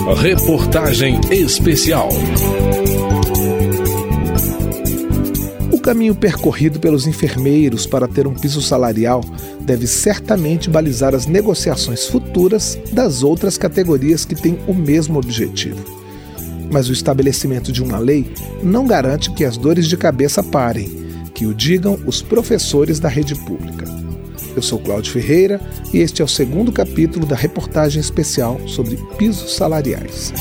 Reportagem especial. O caminho percorrido pelos enfermeiros para ter um piso salarial deve certamente balizar as negociações futuras das outras categorias que têm o mesmo objetivo. Mas o estabelecimento de uma lei não garante que as dores de cabeça parem, que o digam os professores da rede pública. Eu sou Cláudio Ferreira e este é o segundo capítulo da reportagem especial sobre pisos salariais.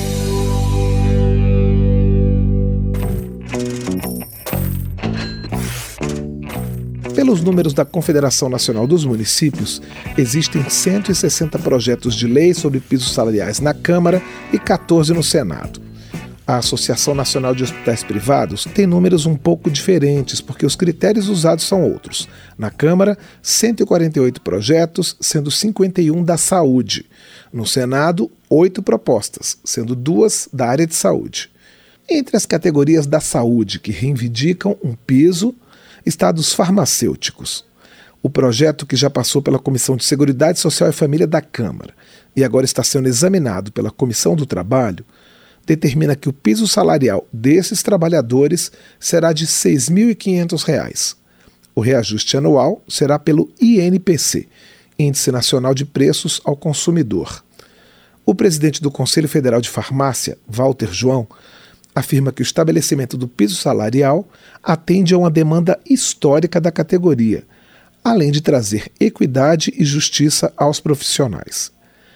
Pelos números da Confederação Nacional dos Municípios, existem 160 projetos de lei sobre pisos salariais na Câmara e 14 no Senado. A Associação Nacional de Hospitais Privados tem números um pouco diferentes, porque os critérios usados são outros. Na Câmara, 148 projetos, sendo 51 da saúde. No Senado, 8 propostas, sendo 2 da área de saúde. Entre as categorias da saúde que reivindicam um piso, está dos farmacêuticos. O projeto, que já passou pela Comissão de Seguridade Social e Família da Câmara e agora está sendo examinado pela Comissão do Trabalho, determina que o piso salarial desses trabalhadores será de R$ 6.500. O reajuste anual será pelo INPC, Índice Nacional de Preços ao Consumidor. O presidente do Conselho Federal de Farmácia, Walter João, afirma que o estabelecimento do piso salarial atende a uma demanda histórica da categoria, além de trazer equidade e justiça aos profissionais.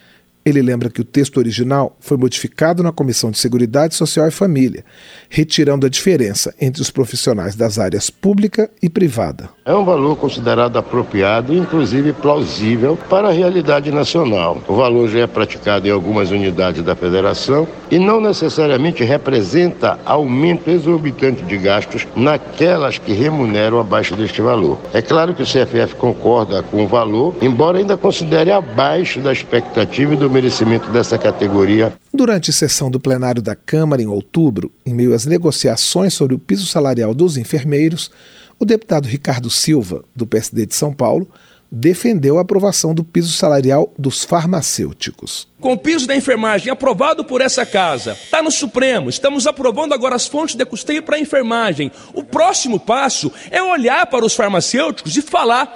Ele lembra que o texto original foi modificado na Comissão de Seguridade Social e Família, retirando a diferença entre os profissionais das áreas pública e privada. É um valor considerado apropriado e, inclusive, plausível para a realidade nacional. O valor já é praticado em algumas unidades da federação e não necessariamente representa aumento exorbitante de gastos naquelas que remuneram abaixo deste valor. É claro que o CFF concorda com o valor, embora ainda considere abaixo da expectativa e do merecimento dessa categoria. Durante a sessão do plenário da Câmara em outubro, em meio às negociações sobre o piso salarial dos enfermeiros, o deputado Ricardo Silva, do PSD de São Paulo, defendeu a aprovação do piso salarial dos farmacêuticos. Com o piso da enfermagem aprovado por essa casa, está no Supremo, estamos aprovando agora as fontes de custeio para a enfermagem. O próximo passo é olhar para os farmacêuticos e falar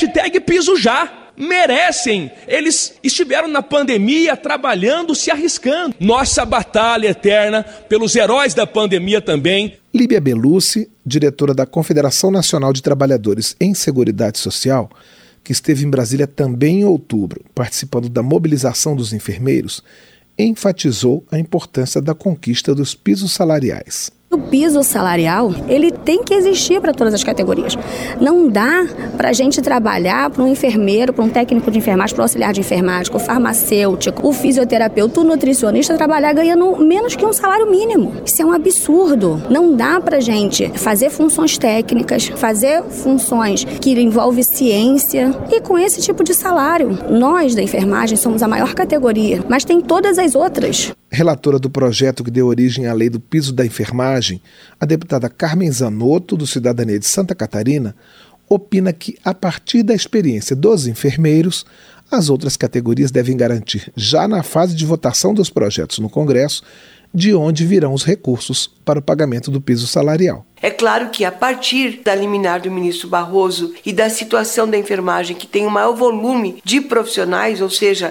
#piso já. Merecem, eles estiveram na pandemia trabalhando, se arriscando. Nossa batalha eterna pelos heróis da pandemia também. Líbia Belucci, diretora da Confederação Nacional de Trabalhadores em Seguridade Social, que esteve em Brasília também em outubro, participando da mobilização dos enfermeiros, enfatizou a importância da conquista dos pisos salariais. O piso salarial, ele tem que existir para todas as categorias. Não dá para a gente trabalhar para um enfermeiro, para um técnico de enfermagem, para um auxiliar de enfermagem, o farmacêutico, o fisioterapeuta, o nutricionista trabalhar ganhando menos que um salário mínimo. Isso é um absurdo. Não dá para a gente fazer funções técnicas, fazer funções que envolvem ciência e com esse tipo de salário. Nós da enfermagem somos a maior categoria, mas tem todas as outras. Relatora do projeto que deu origem à lei do piso da enfermagem, a deputada Carmen Zanotto, do Cidadania de Santa Catarina, opina que, a partir da experiência dos enfermeiros, as outras categorias devem garantir, já na fase de votação dos projetos no Congresso, de onde virão os recursos para o pagamento do piso salarial. É claro que, a partir da liminar do ministro Barroso e da situação da enfermagem, que tem o maior volume de profissionais, ou seja,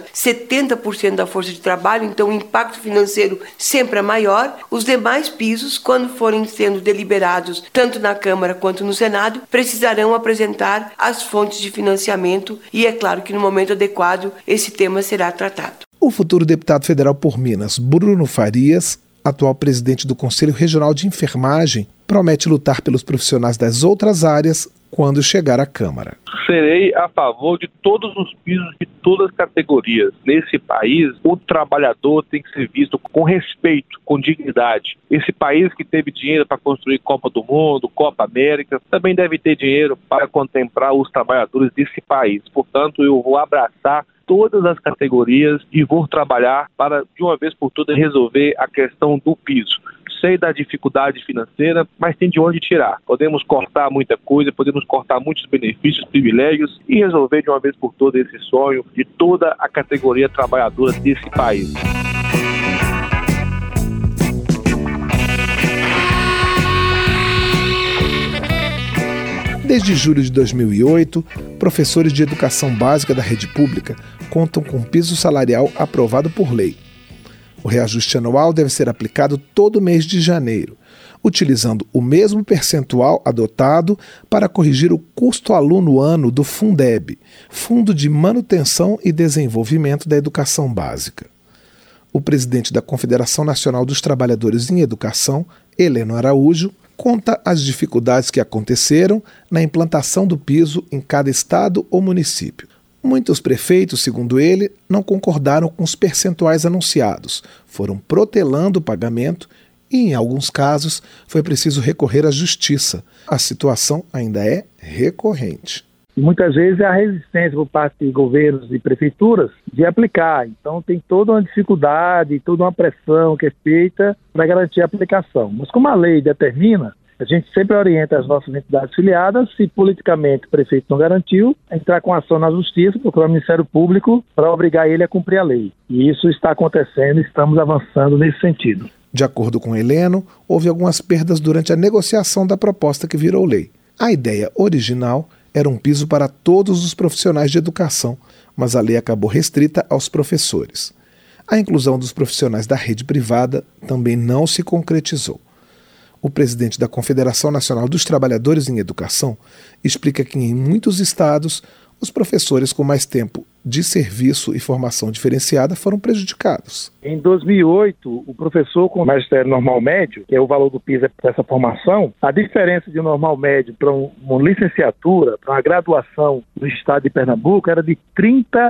70% da força de trabalho, então o impacto financeiro sempre é maior, os demais pisos, quando forem sendo deliberados, tanto na Câmara quanto no Senado, precisarão apresentar as fontes de financiamento e é claro que no momento adequado esse tema será tratado. O futuro deputado federal por Minas, Bruno Farias, atual presidente do Conselho Regional de Enfermagem, promete lutar pelos profissionais das outras áreas quando chegar à Câmara. Serei a favor de todos os pisos de todas as categorias. Nesse país, o trabalhador tem que ser visto com respeito, com dignidade. Esse país que teve dinheiro para construir Copa do Mundo, Copa América, também deve ter dinheiro para contemplar os trabalhadores desse país. Portanto, eu vou abraçar todas as categorias e vou trabalhar para, de uma vez por todas, resolver a questão do piso. Sei da dificuldade financeira, mas tem de onde tirar. Podemos cortar muita coisa, podemos cortar muitos benefícios, privilégios e resolver de uma vez por todas esse sonho de toda a categoria trabalhadora desse país. Desde julho de 2008, professores de educação básica da rede pública contam com piso salarial aprovado por lei. O reajuste anual deve ser aplicado todo mês de janeiro, utilizando o mesmo percentual adotado para corrigir o custo aluno ano do Fundeb, Fundo de Manutenção e Desenvolvimento da Educação Básica. O presidente da Confederação Nacional dos Trabalhadores em Educação, Heleno Araújo, conta as dificuldades que aconteceram na implantação do piso em cada estado ou município. Muitos prefeitos, segundo ele, não concordaram com os percentuais anunciados, foram protelando o pagamento e, em alguns casos, foi preciso recorrer à justiça. A situação ainda é recorrente. Muitas vezes há resistência por parte de governos e prefeituras de aplicar. Então tem toda uma dificuldade, toda uma pressão que é feita para garantir a aplicação. Mas como a lei determina, a gente sempre orienta as nossas entidades filiadas, se politicamente o prefeito não garantiu, entrar com ação na justiça, procurar o Ministério Público para obrigar ele a cumprir a lei. E isso está acontecendo e estamos avançando nesse sentido. De acordo com Heleno, houve algumas perdas durante a negociação da proposta que virou lei. A ideia original era um piso para todos os profissionais de educação, mas a lei acabou restrita aos professores. A inclusão dos profissionais da rede privada também não se concretizou. O presidente da Confederação Nacional dos Trabalhadores em Educação explica que em muitos estados os professores com mais tempo de serviço e formação diferenciada foram prejudicados. Em 2008, o professor com magistério normal médio, que é o valor do piso dessa formação, a diferença de normal médio para uma licenciatura, para uma graduação no estado de Pernambuco, era de 34%.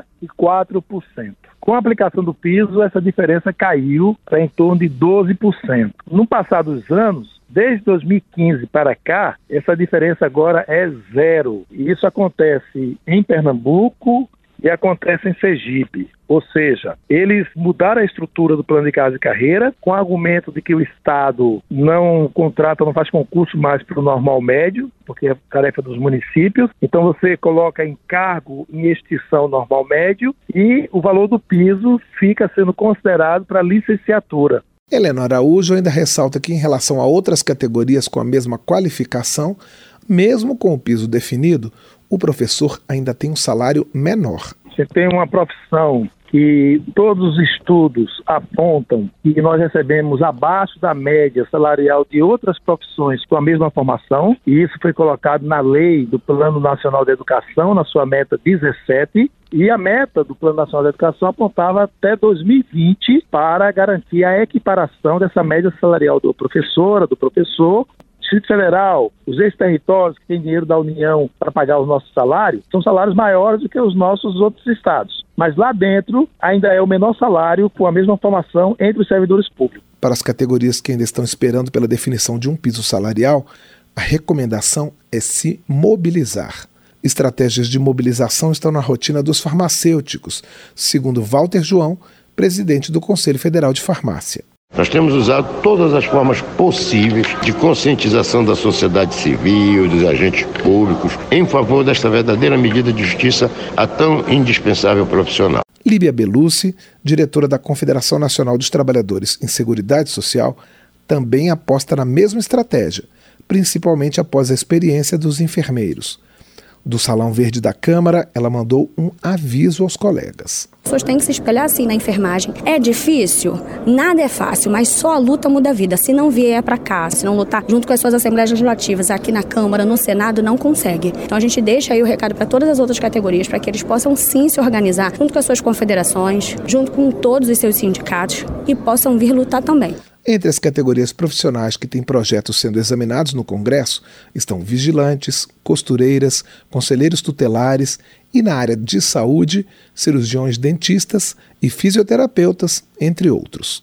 Com a aplicação do piso, essa diferença caiu para em torno de 12%. No passar dos anos, desde 2015 para cá, essa diferença agora é zero. E isso acontece em Pernambuco e acontece em Sergipe. Ou seja, eles mudaram a estrutura do plano de casa e carreira com o argumento de que o Estado não contrata, não faz concurso mais para o normal médio, porque é tarefa dos municípios. Então você coloca em cargo, em extinção normal médio e o valor do piso fica sendo considerado para licenciatura. Heleno Araújo ainda ressalta que, em relação a outras categorias com a mesma qualificação, mesmo com o piso definido, o professor ainda tem um salário menor. Você tem uma profissão que todos os estudos apontam que nós recebemos abaixo da média salarial de outras profissões com a mesma formação, e isso foi colocado na lei do Plano Nacional de Educação, na sua meta 17, e a meta do Plano Nacional de Educação apontava até 2020 para garantir a equiparação dessa média salarial do professor, Distrito Federal, os ex-territórios que têm dinheiro da União para pagar os nossos salários, são salários maiores do que os nossos outros estados. Mas lá dentro ainda é o menor salário com a mesma formação entre os servidores públicos. Para as categorias que ainda estão esperando pela definição de um piso salarial, a recomendação é se mobilizar. Estratégias de mobilização estão na rotina dos farmacêuticos, segundo Walter João, presidente do Conselho Federal de Farmácia. Nós temos usado todas as formas possíveis de conscientização da sociedade civil, dos agentes públicos, em favor desta verdadeira medida de justiça a tão indispensável profissional. Líbia Belucci, diretora da Confederação Nacional dos Trabalhadores em Seguridade Social, também aposta na mesma estratégia, principalmente após a experiência dos enfermeiros. Do Salão Verde da Câmara, ela mandou um aviso aos colegas. As pessoas têm que se espelhar assim na enfermagem. É difícil? Nada é fácil, mas só a luta muda a vida. Se não vier para cá, se não lutar junto com as suas assembleias legislativas aqui na Câmara, no Senado, não consegue. Então a gente deixa aí o recado para todas as outras categorias, para que eles possam sim se organizar junto com as suas confederações, junto com todos os seus sindicatos e possam vir lutar também. Entre as categorias profissionais que têm projetos sendo examinados no Congresso estão vigilantes, costureiras, conselheiros tutelares e, na área de saúde, cirurgiões dentistas e fisioterapeutas, entre outros.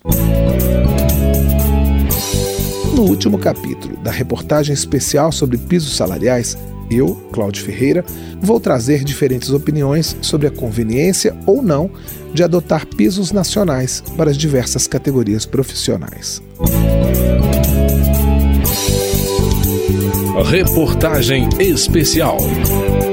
No último capítulo da reportagem especial sobre pisos salariais, eu, Cláudio Ferreira, vou trazer diferentes opiniões sobre a conveniência ou não de adotar pisos nacionais para as diversas categorias profissionais. Reportagem especial.